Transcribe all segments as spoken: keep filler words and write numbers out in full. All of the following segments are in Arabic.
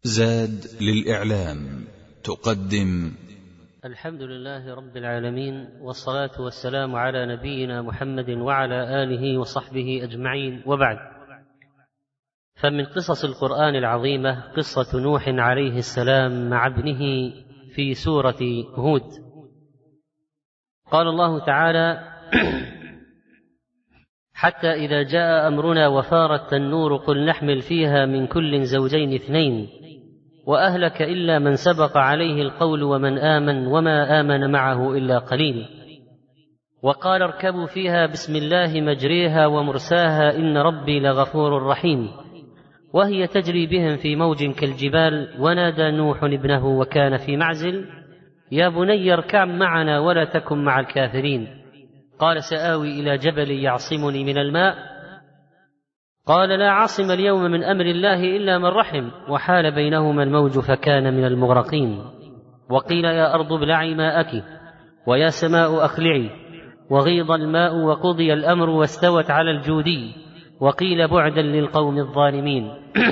زاد للإعلام تقدم الحمد لله رب العالمين، والصلاة والسلام على نبينا محمد وعلى آله وصحبه أجمعين، وبعد. فمن قصص القرآن العظيمة قصة نوح عليه السلام مع ابنه في سورة هود. قال الله تعالى: حتى إذا جاء أمرنا وفارت النور قل نحمل فيها من كل زوجين اثنين وأهلك إلا من سبق عليه القول ومن آمن وما آمن معه إلا قليل. وقال اركبوا فيها بسم الله مجريها ومرساها إن ربي لغفور رحيم. وهي تجري بهم في موج كالجبال ونادى نوح ابنه وكان في معزل يا بني اركب معنا ولا تكن مع الكافرين. قال سآوي إلى جبل يعصمني من الماء قال لا عاصم اليوم من أمر الله إلا من رحم وحال بينهما الموج فكان من المغرقين. وقيل يا أرض ابلعي ماءك ويا سماء أقلعي وغيض الماء وقضي الأمر واستوت على الجودي وقيل بعدا للقوم الظالمين.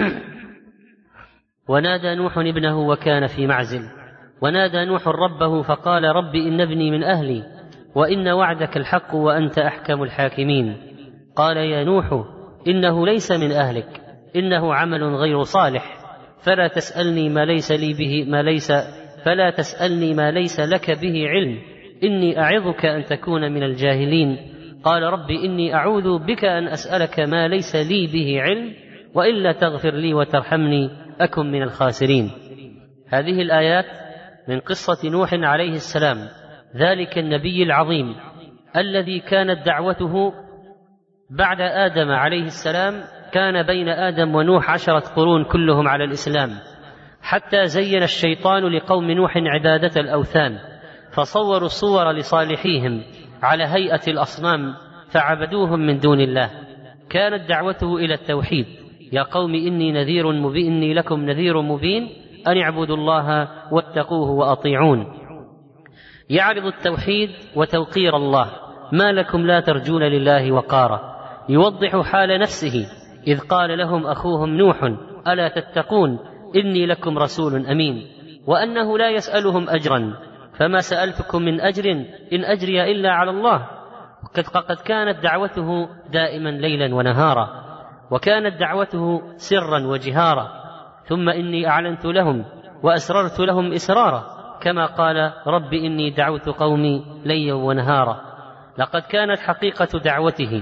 ونادى نوح ابنه وكان في معزل. ونادى نوح ربه فقال رب إن ابني من أهلي وإن وعدك الحق وأنت أحكم الحاكمين. قال يا نوح إنه ليس من أهلك إنه عمل غير صالح فلا تسألني ما ليس لي به ما ليس فلا تسألني ما ليس لك به علم إني أعظك أن تكون من الجاهلين. قال رب إني أعوذ بك أن أسألك ما ليس لي به علم وإلا تغفر لي وترحمني أكن من الخاسرين. هذه الآيات من قصة نوح عليه السلام، ذلك النبي العظيم الذي كانت دعوته بعد آدم عليه السلام. كان بين آدم ونوح عشرة قرون كلهم على الإسلام، حتى زين الشيطان لقوم نوح عبادة الأوثان فصوروا الصور لصالحيهم على هيئة الأصنام فعبدوهم من دون الله. كانت دعوته إلى التوحيد يا قوم إني نذير مبين إني لكم نذير مبين أن اعبدوا الله واتقوه وأطيعون. يعرض التوحيد وتوقير الله. ما لكم لا ترجون لله وقارا. يوضح حال نفسه إذ قال لهم أخوهم نوح ألا تتقون إني لكم رسول أمين. وأنه لا يسألهم أجرا فما سألتكم من أجر إن أجري إلا على الله. قد كانت دعوته دائما ليلا ونهارا، وكانت دعوته سرا وجهارا. ثم إني أعلنت لهم وأسررت لهم إسرارا كما قال رب إني دعوت قومي ليلا ونهارا. لقد كانت حقيقة دعوته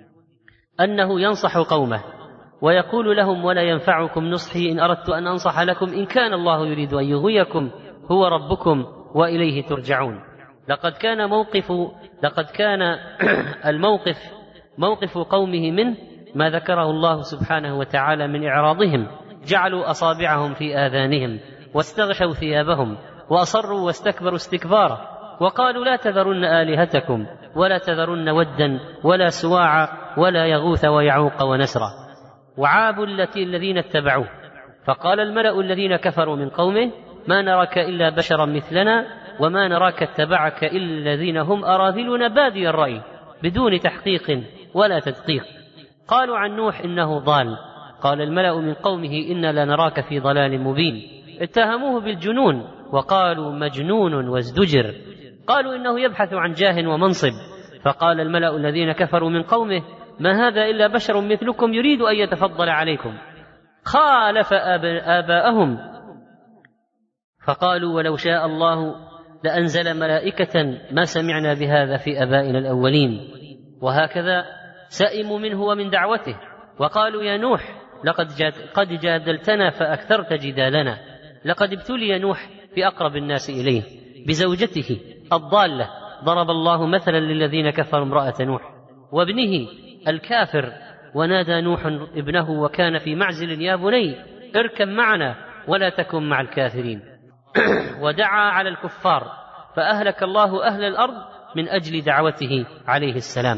أنه ينصح قومه ويقول لهم ولا ينفعكم نصحي إن أردت أن أنصح لكم إن كان الله يريد أن يغويكم هو ربكم وإليه ترجعون. لقد كان موقف لقد كان الموقف موقف قومه منه ما ذكره الله سبحانه وتعالى من إعراضهم. جعلوا أصابعهم في آذانهم واستغشوا ثيابهم وأصروا واستكبروا استكبارا وقالوا لا تذرن آلهتكم ولا تذرن ودا ولا سواعا ولا يغوث ويعوق ونسرا. وعابوا التي الذين اتبعوه. فقال الملأ الذين كفروا من قومه ما نراك إلا بشرا مثلنا وما نراك اتبعك إلا الذين هم أراذلنا بادي الرأي بدون تحقيق ولا تدقيق. قالوا عن نوح إنه ضال. قال الملأ من قومه إنا لنراك في ضلال مبين. اتهموه بالجنون وقالوا مجنون وازدجر. قالوا إنه يبحث عن جاه ومنصب. فقال الملأ الذين كفروا من قومه ما هذا إلا بشر مثلكم يريد أن يتفضل عليكم. خالف آباءهم فقالوا ولو شاء الله لأنزل ملائكة ما سمعنا بهذا في آبائنا الأولين. وهكذا سئموا منه ومن دعوته وقالوا يا نوح لقد جاد قد جادلتنا فأكثرت جدالنا. لقد ابتلي نوح في أقرب الناس إليه بزوجته الضالة. ضرب الله مثلا للذين كفروا امرأة نوح وابنه الكافر. ونادى نوح ابنه وكان في معزل يا بني اركب معنا ولا تكن مع الكافرين. ودعا على الكفار فأهلك الله أهل الأرض من أجل دعوته عليه السلام.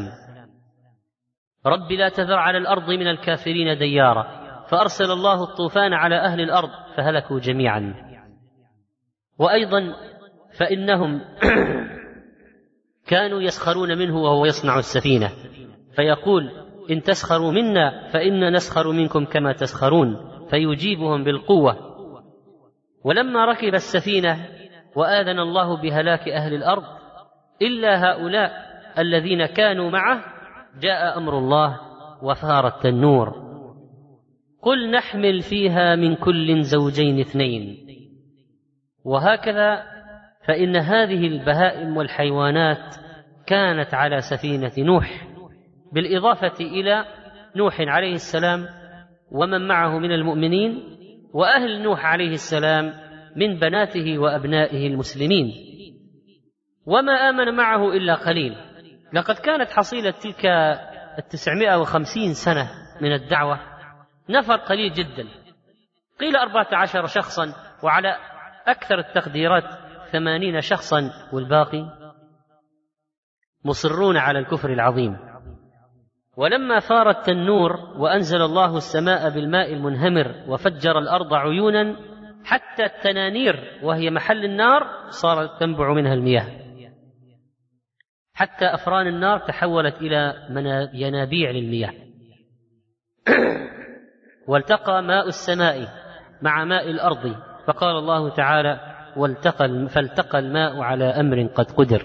رب لا تذر على الأرض من الكافرين ديارا فأرسل الله الطوفان على أهل الأرض فهلكوا جميعا. وأيضا فإنهم كانوا يسخرون منه وهو يصنع السفينة فيقول إن تسخروا منا فإنا نسخر منكم كما تسخرون فيجيبهم بالقوة ولما ركب السفينة وآذن الله بهلاك أهل الأرض إلا هؤلاء الذين كانوا معه، جاء أمر الله وفار التنور. قل نحمل فيها من كل زوجين اثنين. وهكذا فإن هذه البهائم والحيوانات كانت على سفينة نوح، بالإضافة إلى نوح عليه السلام ومن معه من المؤمنين، وأهل نوح عليه السلام من بناته وأبنائه المسلمين. وما آمن معه إلا قليل. لقد كانت حصيلة تلك التسعمائة وخمسين سنة من الدعوة نفر قليل جدا، قيل أربعة عشر شخصا، وعلى أكثر التقديرات ثمانين شخصا، والباقي مصرون على الكفر العظيم. ولما فار التنور وأنزل الله السماء بالماء المنهمر وفجر الأرض عيونا، حتى التنانير وهي محل النار صارت تنبع منها المياه، حتى أفران النار تحولت إلى ينابيع للمياه. والتقى ماء السماء مع ماء الأرض، فقال الله تعالى: والتقى فالتقى الماء على أمر قد قدر.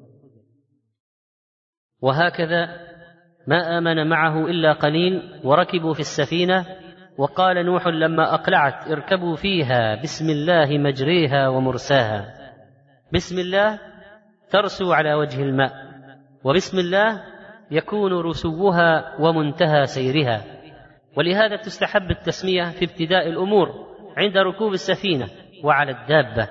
وهكذا ما آمن معه إلا قليل، وركبوا في السفينة. وقال نوح لما أقلعت: اركبوا فيها بسم الله مجريها ومرساها. بسم الله ترسو على وجه الماء، وبسم الله يكون رسوها ومنتهى سيرها، ولهذا تستحب التسمية في ابتداء الأمور عند ركوب السفينة وعلى الدابة.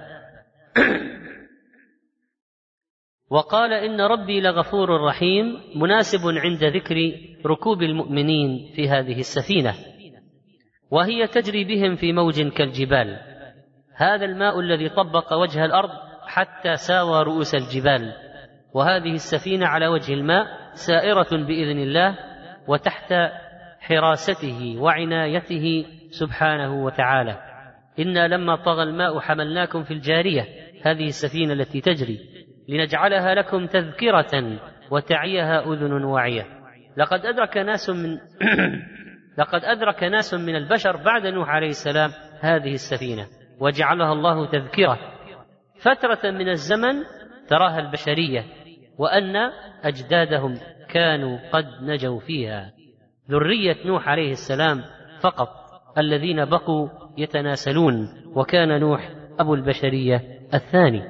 وقال إن ربي لغفور رحيم، مناسب عند ذكر ركوب المؤمنين في هذه السفينة، وهي تجري بهم في موج كالجبال. هذا الماء الذي طبق وجه الأرض حتى ساوى رؤوس الجبال، وهذه السفينة على وجه الماء سائرة بإذن الله وتحت حراسته وعنايته سبحانه وتعالى. إنا لما طغى الماء حملناكم في الجارية، هذه السفينة التي تجري، لنجعلها لكم تذكرة وتعيها أذن واعية. لقد أدرك ناس من لقد أدرك ناس من البشر بعد نوح عليه السلام هذه السفينة، وجعلها الله تذكرة فترة من الزمن تراها البشرية، وأن أجدادهم كانوا قد نجوا فيها. ذرية نوح عليه السلام فقط الذين بقوا يتناسلون، وكان نوح أبو البشرية الثاني.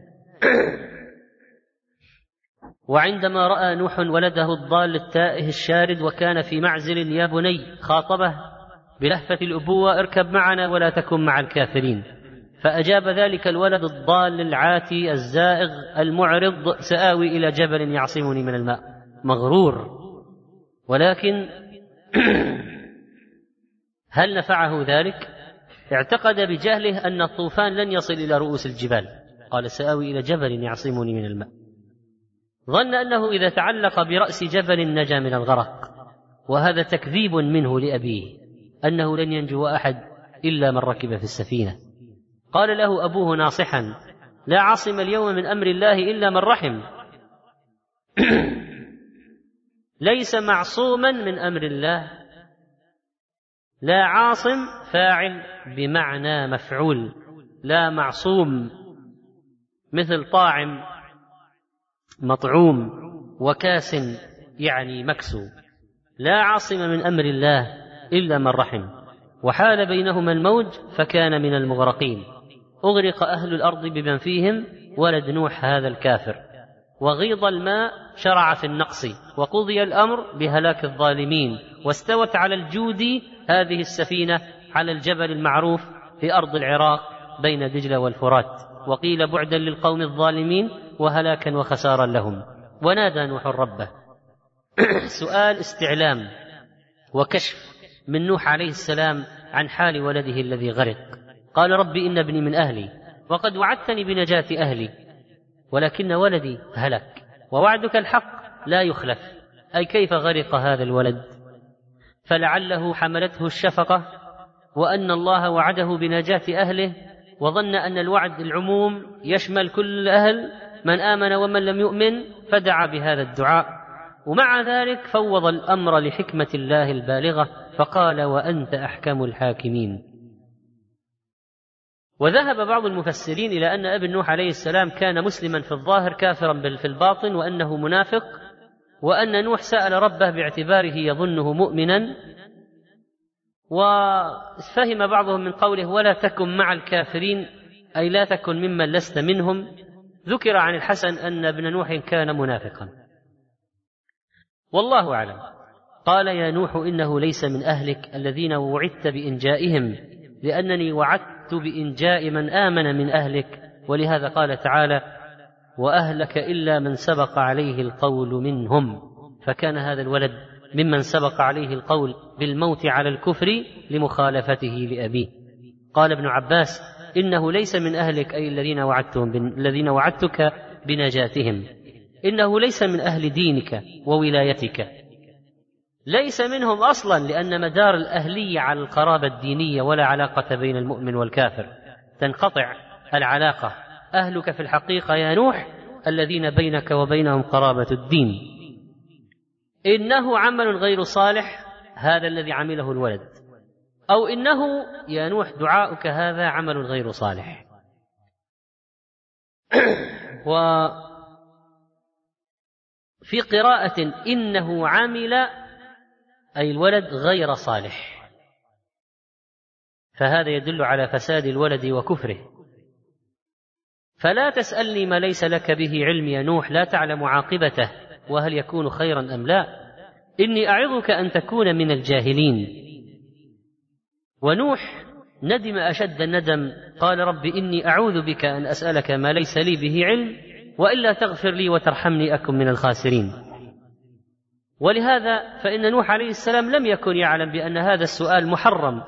وعندما رأى نوح ولده الضال التائه الشارد وكان في معزل: يا بني، خاطبه بلهفة الأبوة: اركب معنا ولا تكن مع الكافرين. فأجاب ذلك الولد الضال العاتي الزائغ المعرض: سآوي إلى جبل يعصمني من الماء. مغرور. ولكن هل نفعه ذلك؟ اعتقد بجهله أن الطوفان لن يصل إلى رؤوس الجبال، قال: سآوي إلى جبل يعصمني من الماء. ظن أنه إذا تعلق برأس جبل نجا من الغرق، وهذا تكذيب منه لأبيه أنه لن ينجو أحد إلا من ركب في السفينة. قال له أبوه ناصحا: لا عاصم اليوم من أمر الله إلا من رحم. ليس معصوما من أمر الله. لا عاصم فاعل بمعنى مفعول، لا معصوم مثل طاعم مطعوم وكاس يعني مكسو. لا عاصم من أمر الله إلا من رحم. وحال بينهما الموج فكان من المغرقين. أغرق أهل الأرض بمن فيهم ولد نوح هذا الكافر. وغيض الماء شرع في النقص، وقضي الأمر بهلاك الظالمين. واستوت على الجود هذه السفينة على الجبل المعروف في أرض العراق بين دجلة والفرات. وقيل بعدا للقوم الظالمين وهلاكا وخسارا لهم. ونادى نوح ربه. سؤال استعلام وكشف من نوح عليه السلام عن حال ولده الذي غرق. قال: ربي إن ابني من أهلي وقد وعدتني بنجاة أهلي، ولكن ولدي هلك، ووعدك الحق لا يخلف. أي كيف غرق هذا الولد؟ فلعله حملته الشفقة، وأن الله وعده بنجاة أهله، وظن أن الوعد العموم يشمل كل الأهل من آمن ومن لم يؤمن، فدعا بهذا الدعاء. ومع ذلك فوض الأمر لحكمة الله البالغة، فقال: وأنت أحكم الحاكمين. وذهب بعض المفسرين إلى أن ابن نوح عليه السلام كان مسلما في الظاهر كافرا في الباطن، وأنه منافق، وأن نوح سأل ربه باعتباره يظنه مؤمنا. وفهم بعضهم من قوله ولا تكن مع الكافرين أي لا تكن ممن لست منهم. ذكر عن الحسن أن ابن نوح كان منافقا، والله أعلم. قال يا نوح إنه ليس من أهلك الذين وعدت بإنجائهم، لأنني وعدت بإنجاء من آمن من أهلك، ولهذا قال تعالى وأهلك إلا من سبق عليه القول منهم، فكان هذا الولد ممن سبق عليه القول بالموت على الكفر لمخالفته لأبيه. قال ابن عباس إنه ليس من أهلك أي الذين وعدتهم الذين وعدتك بنجاتهم، إنه ليس من أهل دينك وولايتك، ليس منهم أصلا، لأن مدار الأهلية على القرابة الدينية ولا علاقة بين المؤمن والكافر، تنقطع العلاقة. أهلك في الحقيقة يا نوح الذين بينك وبينهم قرابة الدين. إنه عمل غير صالح هذا الذي عمله الولد، أو إنه يا نوح دعاؤك هذا عمل غير صالح. وفي قراءة إنه عمل أي الولد غير صالح، فهذا يدل على فساد الولد وكفره. فلا تسألني ما ليس لك به علم يا نوح، لا تعلم عاقبته وهل يكون خيرا أم لا، إني أعظك أن تكون من الجاهلين. ونوح ندم أشد الندم، قال رب إني أعوذ بك أن أسألك ما ليس لي به علم، وإلا تغفر لي وترحمني أكن من الخاسرين. ولهذا فإن نوح عليه السلام لم يكن يعلم بأن هذا السؤال محرم،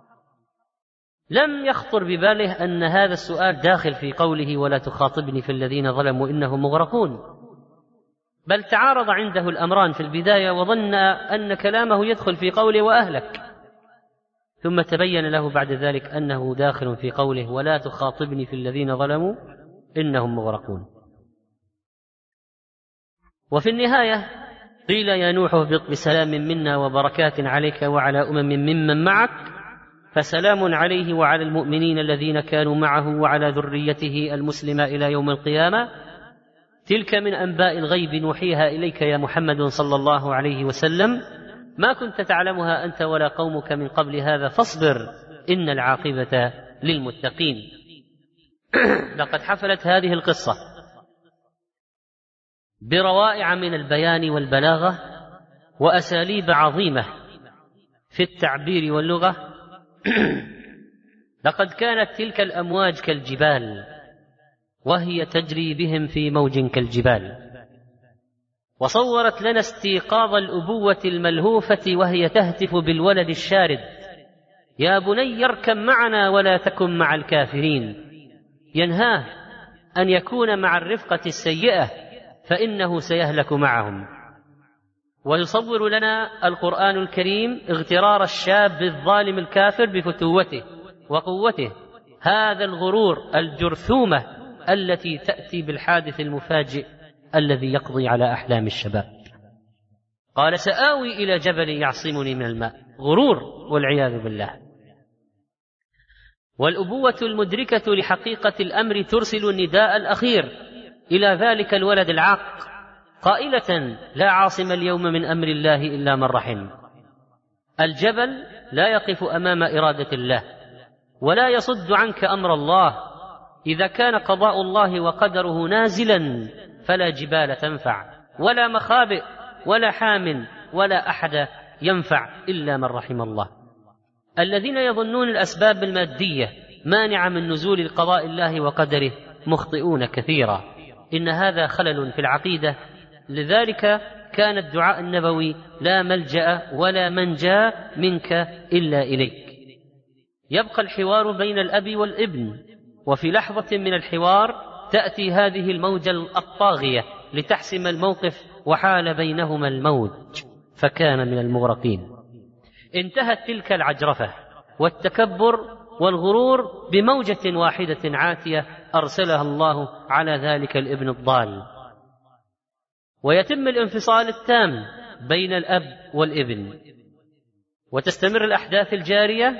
لم يخطر بباله أن هذا السؤال داخل في قوله ولا تخاطبني في الذين ظلموا إنهم مغرقون، بل تعارض عنده الأمران في البداية وظن أن كلامه يدخل في قوله وأهلك، ثم تبين له بعد ذلك أنه داخل في قوله ولا تخاطبني في الذين ظلموا إنهم مغرقون. وفي النهاية قيل يا نوح اهبط بسلام منا وبركات عليك وعلى أمم ممن معك، فسلام عليه وعلى المؤمنين الذين كانوا معه وعلى ذريته المسلمة إلى يوم القيامة. تلك من أنباء الغيب نوحيها إليك يا محمد صلى الله عليه وسلم، ما كنت تعلمها أنت ولا قومك من قبل هذا، فاصبر إن العاقبة للمتقين. لقد حفلت هذه القصة بروائع من البيان والبلاغة وأساليب عظيمة في التعبير واللغة. لقد كانت تلك الأمواج كالجبال وهي تجري بهم في موج كالجبال، وصورت لنا استيقاظ الأبوة الملهوفة وهي تهتف بالولد الشارد يا بني اركب معنا ولا تكن مع الكافرين، ينهاه أن يكون مع الرفقة السيئة فإنه سيهلك معهم. ويصور لنا القرآن الكريم اغترار الشاب الظالم الكافر بفتوته وقوته، هذا الغرور الجرثومة التي تأتي بالحادث المفاجئ الذي يقضي على أحلام الشباب. قال سآوي إلى جبل يعصمني من الماء، غرور والعياذ بالله. والأبوة المدركة لحقيقة الأمر ترسل النداء الأخير إلى ذلك الولد العاق قائلة لا عاصم اليوم من أمر الله إلا من رحم. الجبل لا يقف أمام إرادة الله ولا يصد عنك أمر الله، إذا كان قضاء الله وقدره نازلا فلا جبال تنفع ولا مخابئ ولا حام ولا أحد ينفع إلا من رحم الله. الذين يظنون الأسباب المادية مانعة من نزول قضاء الله وقدره مخطئون كثيرا، إن هذا خلل في العقيدة. لذلك كان الدعاء النبوي لا ملجأ ولا منجا منك إلا إليك. يبقى الحوار بين الأب والابن، وفي لحظة من الحوار تأتي هذه الموجة الطاغية لتحسم الموقف، وحال بينهما الموج فكان من المغرقين. انتهت تلك العجرفة والتكبر والغرور بموجة واحدة عاتية أرسلها الله على ذلك الابن الضال، ويتم الانفصال التام بين الأب والابن، وتستمر الأحداث الجارية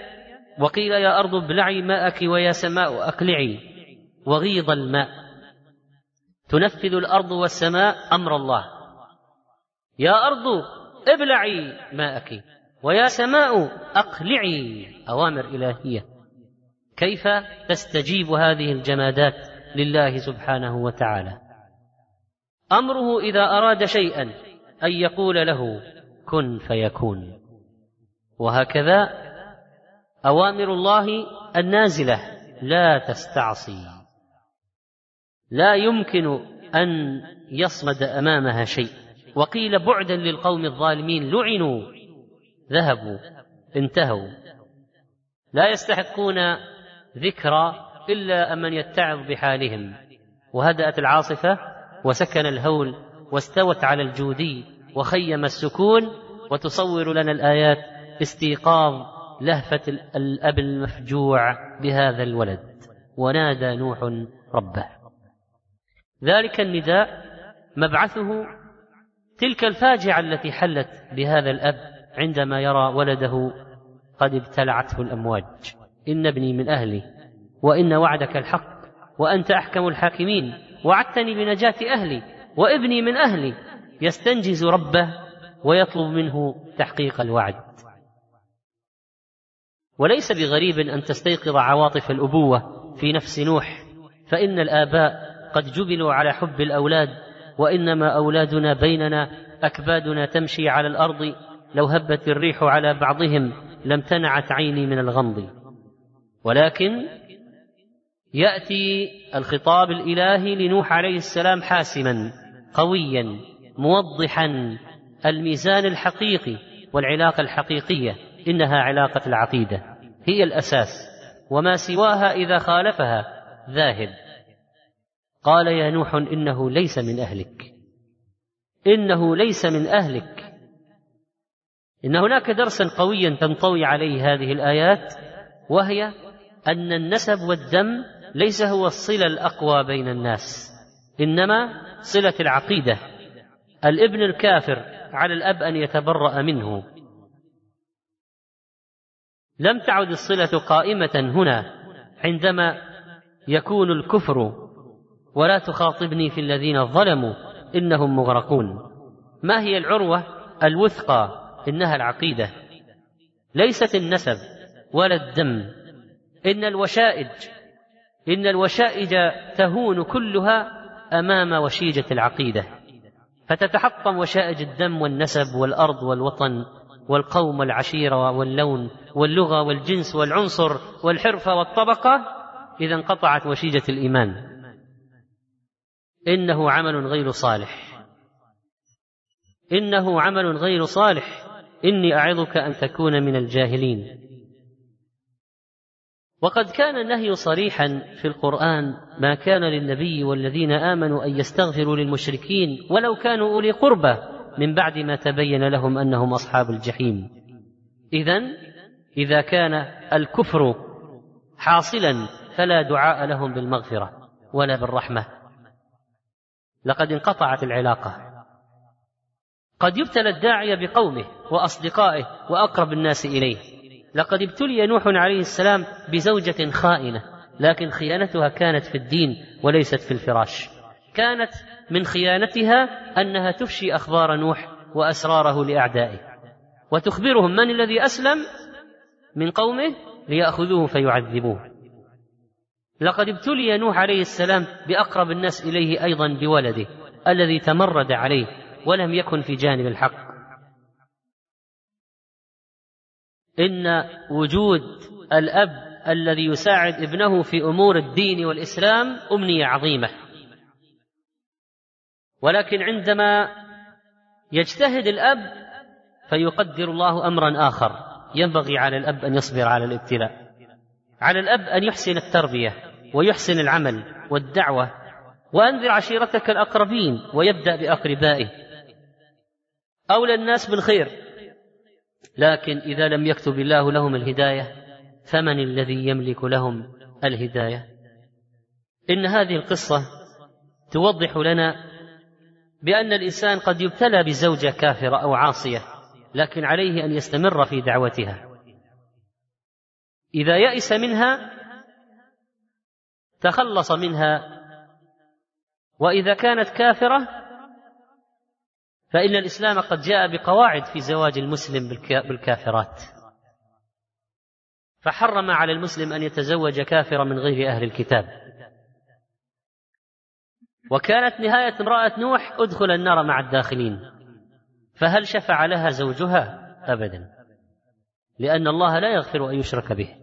وقيل يا أرض ابلعي ماءك ويا سماء أقلعي، وغيض الماء. تنفذ الأرض والسماء أمر الله. يا أرض ابلعي ماءك ويا سماء أقلعي، أوامر إلهية. كيف تستجيب هذه الجمادات لله سبحانه وتعالى؟ أمره إذا أراد شيئا أن يقول له كن فيكون. وهكذا أوامر الله النازلة لا تستعصي، لا يمكن أن يصمد أمامها شيء. وقيل بعدا للقوم الظالمين، لعنوا ذهبوا انتهوا، لا يستحقون ذكرى إلا من يتعظ بحالهم. وهدأت العاصفة وسكن الهول واستوت على الجودي وخيم السكون، وتصور لنا الآيات استيقاظ لهفة الأب المفجوع بهذا الولد. ونادى نوح ربه. ذلك النداء مبعثه تلك الفاجعة التي حلت بهذا الأب عندما يرى ولده قد ابتلعته الأمواج. إن ابني من أهلي وإن وعدك الحق وأنت أحكم الحاكمين، وعدتني بنجاة أهلي وابني من أهلي. يستنجز ربه ويطلب منه تحقيق الوعد. وليس بغريب أن تستيقظ عواطف الأبوة في نفس نوح، فإن الآباء قد جبلوا على حب الأولاد، وإنما أولادنا بيننا أكبادنا تمشي على الأرض، لو هبت الريح على بعضهم لم تنعت عيني من الغمض. ولكن يأتي الخطاب الإلهي لنوح عليه السلام حاسما قويا موضحا الميزان الحقيقي والعلاقة الحقيقية. إنها علاقة العقيدة، هي الأساس، وما سواها إذا خالفها ذاهب. قال يا نوح إنه ليس من أهلك، إنه ليس من أهلك. إن هناك درسا قويا تنطوي عليه هذه الآيات، وهي أن النسب والدم ليس هو الصلة الأقوى بين الناس، إنما صلة العقيدة. الابن الكافر على الأب أن يتبرأ منه. لم تعد الصلة قائمة هنا عندما يكون الكفر ولا تخاطبني في الذين ظلموا إنهم مغرقون. ما هي العروة الوثقى؟ إنها العقيدة، ليست النسب ولا الدم. إن الوشائج إن الوشائج تهون كلها أمام وشيجة العقيدة، فتتحطم وشائج الدم والنسب والأرض والوطن والقوم والعشيرة واللون واللغة والجنس والعنصر والحرفة والطبقة إذا انقطعت وشيجة الإيمان. إنه عمل غير صالح، إنه عمل غير صالح، إني أعظك أن تكون من الجاهلين. وقد كان النهي صريحا في القرآن: ما كان للنبي والذين آمنوا أن يستغفروا للمشركين ولو كانوا أولي قربى من بعد ما تبين لهم أنهم أصحاب الجحيم. إذن إذا كان الكفر حاصلا فلا دعاء لهم بالمغفرة ولا بالرحمة، لقد انقطعت العلاقة. قد يبتلى الداعية بقومه وأصدقائه وأقرب الناس إليه. لقد ابتلي نوح عليه السلام بزوجة خائنة، لكن خيانتها كانت في الدين وليست في الفراش. كانت من خيانتها أنها تفشي أخبار نوح وأسراره لأعدائه، وتخبرهم من الذي أسلم من قومه ليأخذوه فيعذبوه. لقد ابتلي نوح عليه السلام بأقرب الناس إليه أيضا بولده الذي تمرد عليه ولم يكن في جانب الحق. إن وجود الأب الذي يساعد ابنه في أمور الدين والإسلام أمنية عظيمة، ولكن عندما يجتهد الأب فيقدر الله أمرا آخر. ينبغي على الأب أن يصبر على الابتلاء، على الأب أن يحسن التربية ويحسن العمل والدعوة. وأنذر عشيرتك الأقربين، ويبدأ بأقربائه، أولى الناس بالخير. لكن إذا لم يكتب الله لهم الهداية فمن الذي يملك لهم الهداية؟ إن هذه القصة توضح لنا بأن الإنسان قد يبتلى بزوجة كافرة أو عاصية، لكن عليه أن يستمر في دعوتها. إذا يئس منها تخلص منها، وإذا كانت كافرة فإن الإسلام قد جاء بقواعد في زواج المسلم بالكافرات، فحرم على المسلم أن يتزوج كافرا من غير أهل الكتاب. وكانت نهاية امرأة نوح ادخل النار مع الداخلين، فهل شفع لها زوجها؟ أبدا، لأن الله لا يغفر أن يشرك به،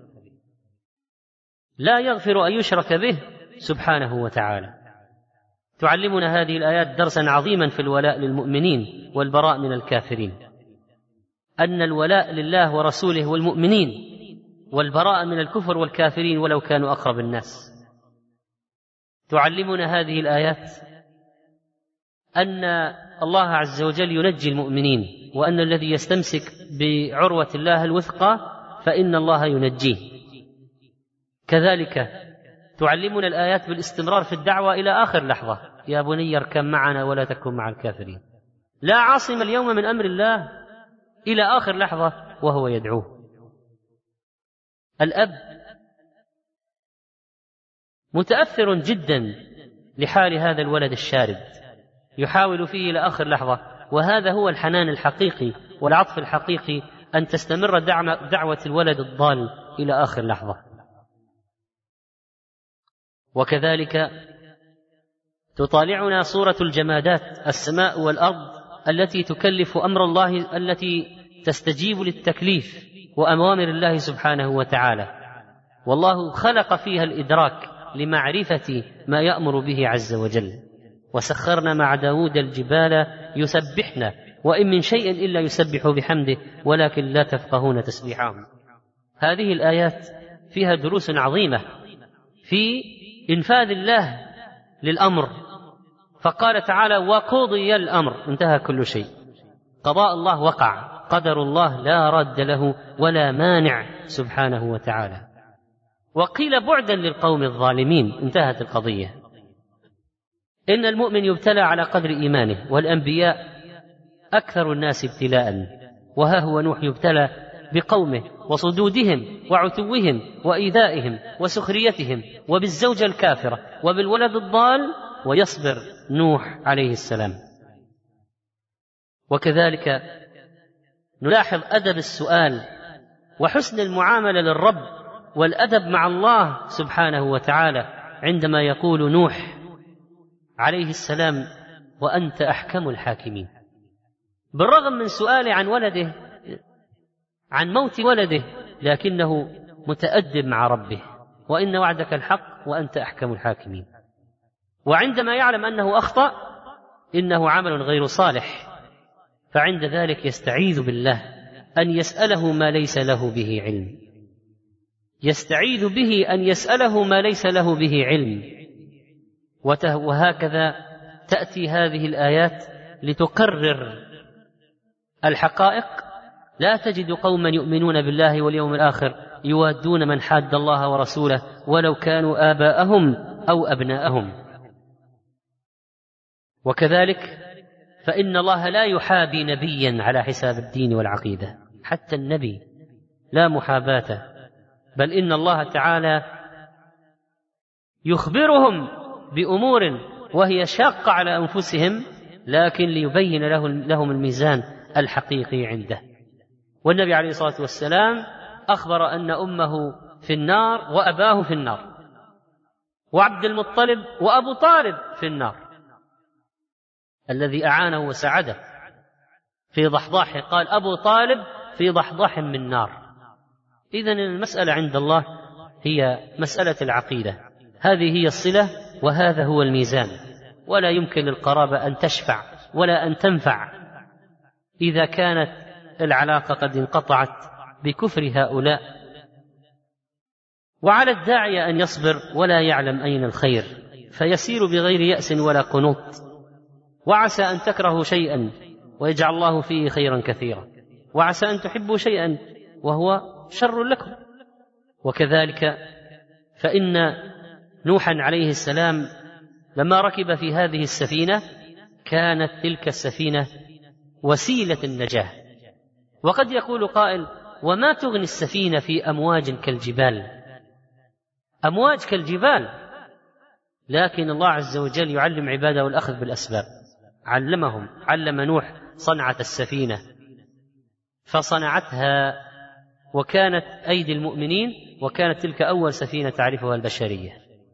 لا يغفر أن يشرك به سبحانه وتعالى. تعلمنا هذه الآيات درسا عظيما في الولاء للمؤمنين والبراء من الكافرين، أن الولاء لله ورسوله والمؤمنين والبراء من الكفر والكافرين ولو كانوا أقرب الناس. تعلمنا هذه الآيات أن الله عز وجل ينجي المؤمنين، وأن الذي يستمسك بعروة الله الوثقى فإن الله ينجيه. كذلك تعلمنا الآيات بالاستمرار في الدعوة إلى آخر لحظة، يا بني اركب معنا ولا تكن مع الكافرين، لا عاصم اليوم من أمر الله، إلى آخر لحظة وهو يدعوه. الأب متأثر جدا لحال هذا الولد الشارد، يحاول فيه إلى آخر لحظة، وهذا هو الحنان الحقيقي والعطف الحقيقي، أن تستمر دعوة الولد الضال إلى آخر لحظة. وكذلك تطالعنا صورة الجمادات، السماء والأرض التي تكلف أمر الله، التي تستجيب للتكليف وأوامر الله سبحانه وتعالى، والله خلق فيها الإدراك لمعرفة ما يأمر به عز وجل. وسخرنا مع داود الجبال يسبحن وإن من شيء إلا يسبح بحمده ولكن لا تفقهون تسبيحهم. هذه الآيات فيها دروس عظيمة في إنفاذ الله للأمر، فقال تعالى وقضي الأمر، انتهى كل شيء، قضاء الله وقع، قدر الله لا رد له ولا مانع سبحانه وتعالى. وقيل بعدا للقوم الظالمين، انتهت القضية. إن المؤمن يبتلى على قدر إيمانه، والأنبياء أكثر الناس ابتلاء، وها هو نوح يبتلى بقومه وصدودهم وعتوهم وإيذائهم وسخريتهم وبالزوجة الكافرة وبالولد الضال، ويصبر نوح عليه السلام. وكذلك نلاحظ أدب السؤال وحسن المعاملة للرب والأدب مع الله سبحانه وتعالى، عندما يقول نوح عليه السلام وأنت أحكم الحاكمين، بالرغم من سؤاله عن ولده، عن موت ولده، لكنه متأدب مع ربه، وإن وعدك الحق وأنت أحكم الحاكمين. وعندما يعلم أنه أخطأ إنه عمل غير صالح، فعند ذلك يستعيذ بالله أن يسأله ما ليس له به علم، يستعيذ به أن يسأله ما ليس له به علم. وهكذا تأتي هذه الآيات لتقرر الحقائق. لا تجد قوما يؤمنون بالله واليوم الآخر يوادون من حاد الله ورسوله ولو كانوا آباءهم أو أبناءهم. وكذلك فإن الله لا يحابي نبيا على حساب الدين والعقيدة، حتى النبي لا محاباة، بل إن الله تعالى يخبرهم بأمور وهي شاقة على أنفسهم، لكن ليبين لهم الميزان الحقيقي عنده. والنبي عليه الصلاة والسلام أخبر أن أمه في النار وأباه في النار، وعبد المطلب وأبو طالب في النار، الذي أعانه وسعده في ضحضاح، قال أبو طالب في ضحضاح من نار. إذن المسألة عند الله هي مسألة العقيدة، هذه هي الصلة وهذا هو الميزان. ولا يمكن للقرابة أن تشفع ولا أن تنفع إذا كانت العلاقة قد انقطعت بكفر هؤلاء. وعلى الداعية أن يصبر ولا يعلم أين الخير، فيسير بغير يأس ولا قنوط. وعسى أن تكرهوا شيئا ويجعل الله فيه خيرا كثيرا، وعسى أن تحبوا شيئا وهو شر لكم. وكذلك فإن نوحا عليه السلام لما ركب في هذه السفينة كانت تلك السفينة وسيلة النجاة. وقد يقول قائل وما تغني السفينة في أمواج كالجبال، أمواج كالجبال، لكن الله عز وجل يعلم عباده الأخذ بالأسباب. علمهم علم نوح صنعة السفينة فصنعتها، وكانت أيدي المؤمنين، وكانت تلك أول سفينة تعرفها البشرية،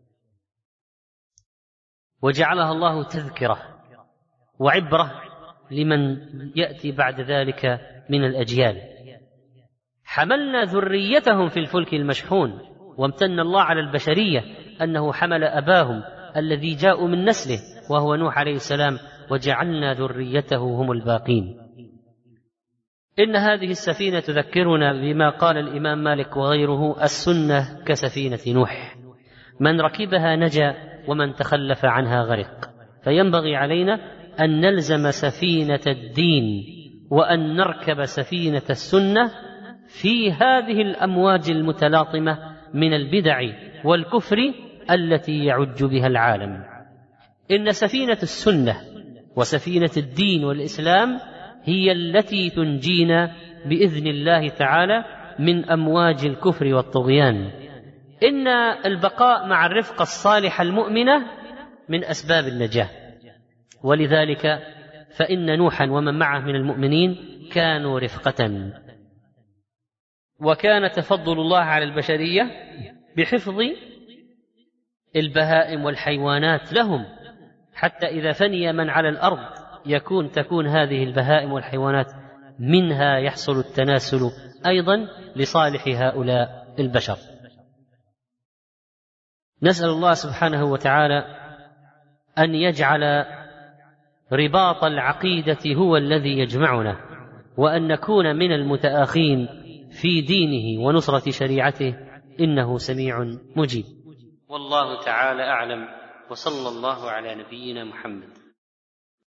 وجعلها الله تذكرة وعبرة لمن يأتي بعد ذلك من الأجيال. حملنا ذريتهم في الفلك المشحون، وامتن الله على البشرية أنه حمل أباهم الذي جاءوا من نسله وهو نوح عليه السلام، وجعلنا ذريته هم الباقين. إن هذه السفينة تذكرنا بما قال الإمام مالك وغيره: السنة كسفينة نوح، من ركبها نجا ومن تخلف عنها غرق. فينبغي علينا أن نلزم سفينة الدين وأن نركب سفينة السنة في هذه الأمواج المتلاطمة من البدع والكفر التي يعج بها العالم. إن سفينة السنة وسفينة الدين والإسلام هي التي تنجينا بإذن الله تعالى من أمواج الكفر والطغيان. إن البقاء مع الرفقة الصالحة المؤمنة من أسباب النجاة، ولذلك فإن نوحا ومن معه من المؤمنين كانوا رفقة، وكان تفضل الله على البشرية بحفظ البهائم والحيوانات لهم، حتى إذا فني من على الأرض يكون تكون هذه البهائم والحيوانات منها يحصل التناسل أيضا لصالح هؤلاء البشر. نسأل الله سبحانه وتعالى أن يجعل رباط العقيدة هو الذي يجمعنا، وأن نكون من المتآخين في دينه ونصرة شريعته، إنه سميع مجيب. والله تعالى أعلم، وصلى الله على نبينا محمد.